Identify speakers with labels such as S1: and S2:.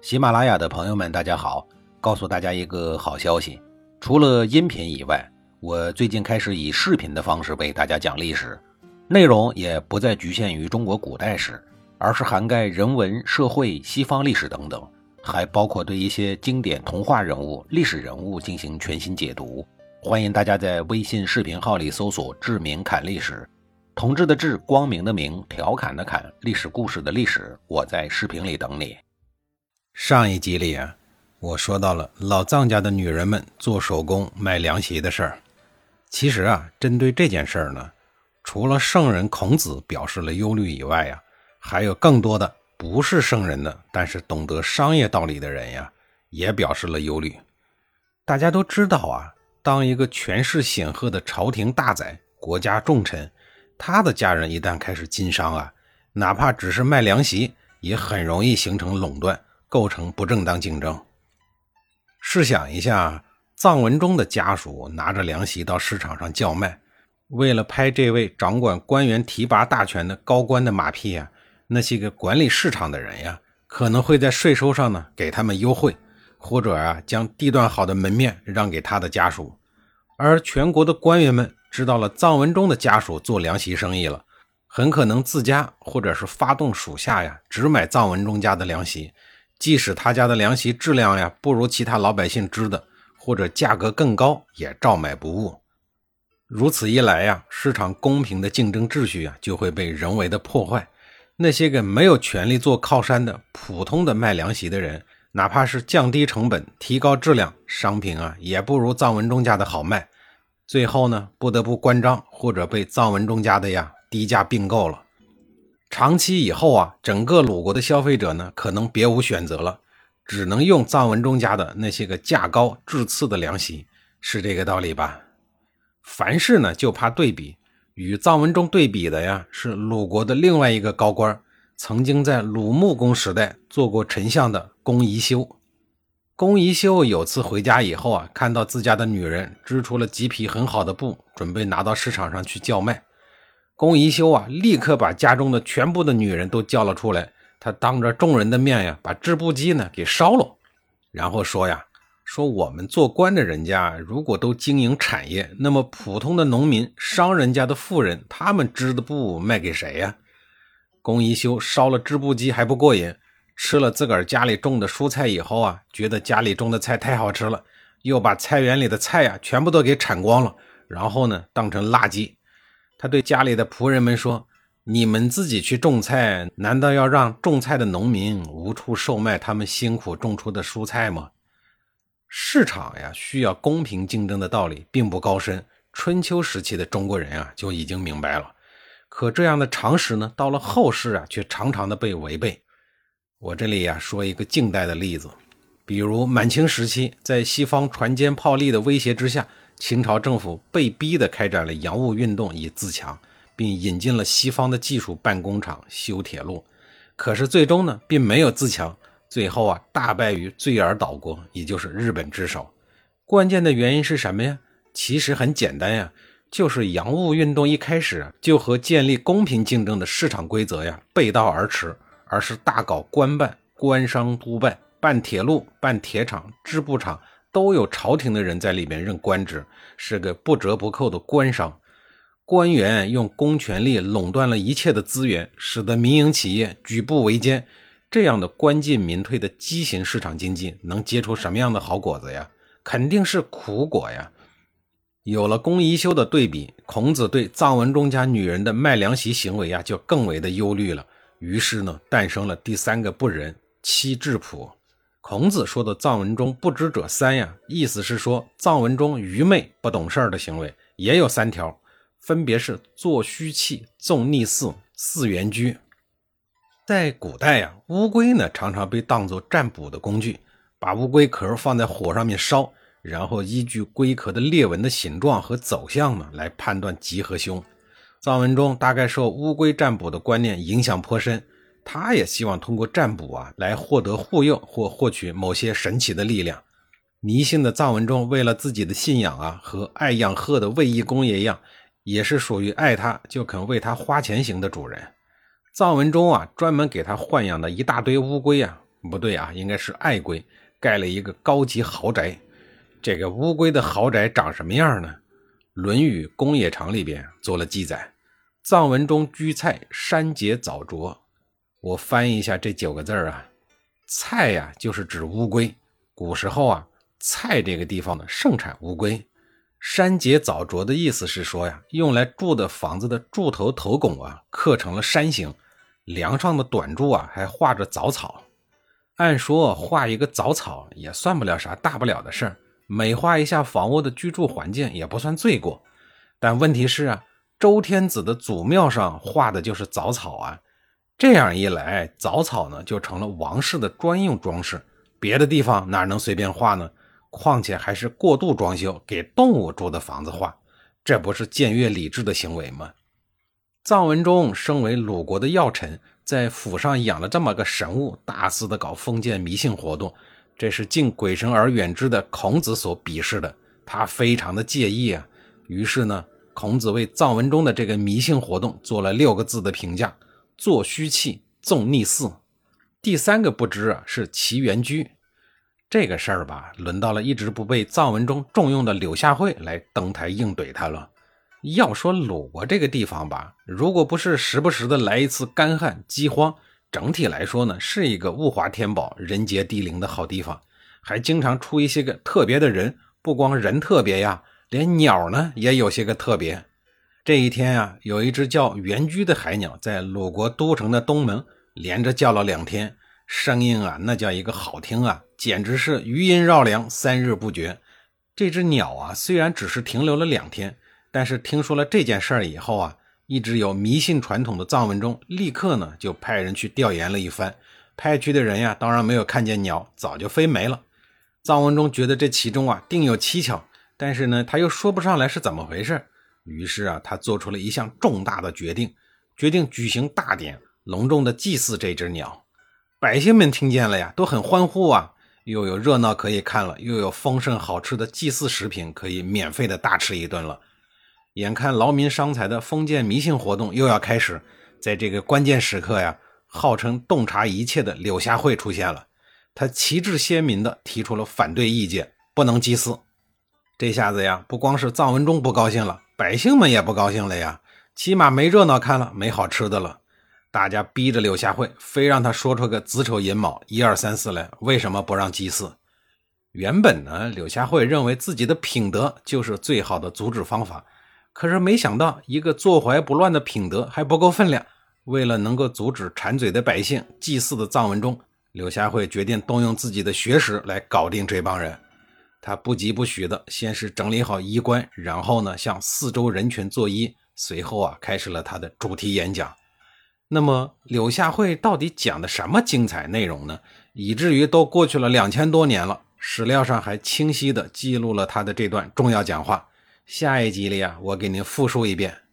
S1: 喜马拉雅的朋友们大家好，告诉大家一个好消息，除了音频以外，我最近开始以视频的方式为大家讲历史，内容也不再局限于中国古代史，而是涵盖人文、社会、西方历史等等，还包括对一些经典童话人物、历史人物进行全新解读。欢迎大家在微信视频号里搜索志明侃历史，同志的志，光明的明，调侃的侃，历史故事的历史，我在视频里等你。上一集里我说到了老臧家的女人们做手工卖凉席的事儿。其实针对这件事儿呢，除了圣人孔子表示了忧虑以外还有更多的不是圣人的，但是懂得商业道理的人也表示了忧虑。大家都知道当一个权势显赫的朝廷大宰、国家重臣，他的家人一旦开始经商哪怕只是卖凉席，也很容易形成垄断，构成不正当竞争。试想一下，臧文忠的家属拿着凉席到市场上叫卖，为了拍这位掌管官员提拔大权的高官的马屁那些个管理市场的人可能会在税收上呢给他们优惠，或者将地段好的门面让给他的家属。而全国的官员们知道了臧文忠的家属做凉席生意了，很可能自家或者是发动属下只买臧文忠家的凉席，即使他家的凉席质量不如其他老百姓织的，或者价格更高，也照买不误。如此一来市场公平的竞争秩序就会被人为的破坏。那些个没有权利做靠山的普通的卖凉席的人，哪怕是降低成本提高质量，商品也不如臧文忠家的好卖，最后呢不得不关张，或者被臧文忠家的低价并购了。长期以后整个鲁国的消费者呢可能别无选择了，只能用臧文忠家的那些个价高质次的凉席，是这个道理吧？凡事呢就怕对比，与臧文忠对比的是鲁国的另外一个高官，曾经在鲁穆公时代做过丞相的公宜修。公宜修有次回家以后看到自家的女人织出了几匹很好的布，准备拿到市场上去叫卖。公宜修立刻把家中的全部的女人都叫了出来，他当着众人的面把织布机呢给烧了，然后说我们做官的人家如果都经营产业，那么普通的农民、商人家的妇人，他们织的布卖给谁公宜修烧了织布机还不过瘾，吃了自个儿家里种的蔬菜以后觉得家里种的菜太好吃了，又把菜园里的菜全部都给铲光了，然后呢当成垃圾。他对家里的仆人们说，你们自己去种菜，难道要让种菜的农民无处售卖他们辛苦种出的蔬菜吗？市场需要公平竞争的道理并不高深，春秋时期的中国人就已经明白了。可这样的常识呢，到了后世却常常的被违背。我这里说一个近代的例子，比如满清时期，在西方船坚炮利的威胁之下，清朝政府被逼的开展了洋务运动以自强，并引进了西方的技术办工厂、修铁路。可是最终呢，并没有自强，最后大败于罪尔岛国，也就是日本之手。关键的原因是什么呀？其实很简单就是洋务运动一开始就和建立公平竞争的市场规则背道而驰，而是大搞官办、官商督办，办铁路、办铁厂、织布厂都有朝廷的人在里面任官职，是个不折不扣的官商。官员用公权力垄断了一切的资源，使得民营企业举步维艰。这样的官进民退的畸形市场经济能结出什么样的好果子肯定是苦果有了公宜修的对比，孔子对臧文忠家女人的卖凉席行为就更为的忧虑了。于是呢，诞生了第三个不仁，戚质朴。孔子说的臧文忠不知者三意思是说臧文忠愚昧不懂事的行为也有3条，分别是做虚器、纵逆嗣、饲原居。在古代乌龟呢常常被当作占卜的工具，把乌龟壳放在火上面烧，然后依据龟壳的裂纹的形状和走向呢来判断吉和凶。臧文忠大概受乌龟占卜的观念影响颇深，他也希望通过占卜来获得护佑或获取某些神奇的力量。迷信的臧文忠为了自己的信仰和爱养鹤的卫懿公爷一样，也是属于爱他就肯为他花钱型的主人。臧文忠专门给他豢养的一大堆乌龟不对啊，应该是爱龟，盖了一个高级豪宅。这个乌龟的豪宅长什么样呢？《论语公冶长》里边做了记载，臧文中居蔡，山节藻啄。我翻译一下这9个字啊，蔡呀就是指乌龟，古时候啊，蔡这个地方呢盛产乌龟。山节藻啄的意思是说呀，用来住的房子的柱头头拱啊刻成了山形，梁上的短柱啊还画着藻草。按说画一个藻草也算不了啥大不了的事儿，美化一下房屋的居住环境也不算罪过。但问题是啊，周天子的祖庙上画的就是藻草啊，这样一来，藻草呢就成了王室的专用装饰，别的地方哪能随便画呢？况且还是过度装修，给动物住的房子画，这不是僭越礼制的行为吗？臧文中身为鲁国的要臣，在府上养了这么个神物，大肆的搞封建迷信活动，这是敬鬼神而远之的孔子所鄙视的，他非常的介意啊。于是呢，孔子为臧文中的这个迷信活动做了6个字的评价：做虚器，纵逆祀。第3个不知啊，是齐元居。这个事儿吧，轮到了一直不被臧文中重用的柳下惠来登台应怼他了。要说鲁国这个地方吧，如果不是时不时的来一次干旱饥荒，整体来说呢，是一个物华天宝人杰地灵的好地方，还经常出一些个特别的人，不光人特别呀，连鸟呢也有些个特别。这一天啊，有一只叫元居的海鸟在鲁国都城的东门连着叫了2天，声音啊那叫一个好听啊，简直是余音绕梁，3日不绝。这只鸟啊虽然只是停留了2天，但是听说了这件事儿以后啊，一直有迷信传统的臧文中立刻呢就派人去调研了一番，派去的人呀当然没有看见鸟，早就飞没了。臧文中觉得这其中啊定有蹊跷，但是呢他又说不上来是怎么回事，于是啊他做出了一项重大的决定举行大典，隆重的祭祀这只鸟。百姓们听见了呀，都很欢呼啊，又有热闹可以看了，又有丰盛好吃的祭祀食品可以免费的大吃一顿了。眼看劳民伤财的封建迷信活动又要开始，在这个关键时刻呀，号称洞察一切的柳下惠出现了，他旗帜鲜明的提出了反对意见，不能祭祀。这下子呀，不光是臧文中不高兴了，百姓们也不高兴了呀，起码没热闹看了，没好吃的了。大家逼着柳下惠，非让他说出个子丑寅卯1、2、3、4来，为什么不让祭祀？原本呢，柳下惠认为自己的品德就是最好的阻止方法，可是没想到一个坐怀不乱的品德还不够分量。为了能够阻止馋嘴的百姓祭祀的臧文中，柳下惠决定动用自己的学识来搞定这帮人。他不疾不徐的先是整理好衣冠，然后呢向四周人群作揖，随后啊开始了他的主题演讲。那么柳下惠到底讲的什么精彩内容呢？以至于都过去了2000多年了，史料上还清晰的记录了他的这段重要讲话。下一集里啊，我给您复述一遍。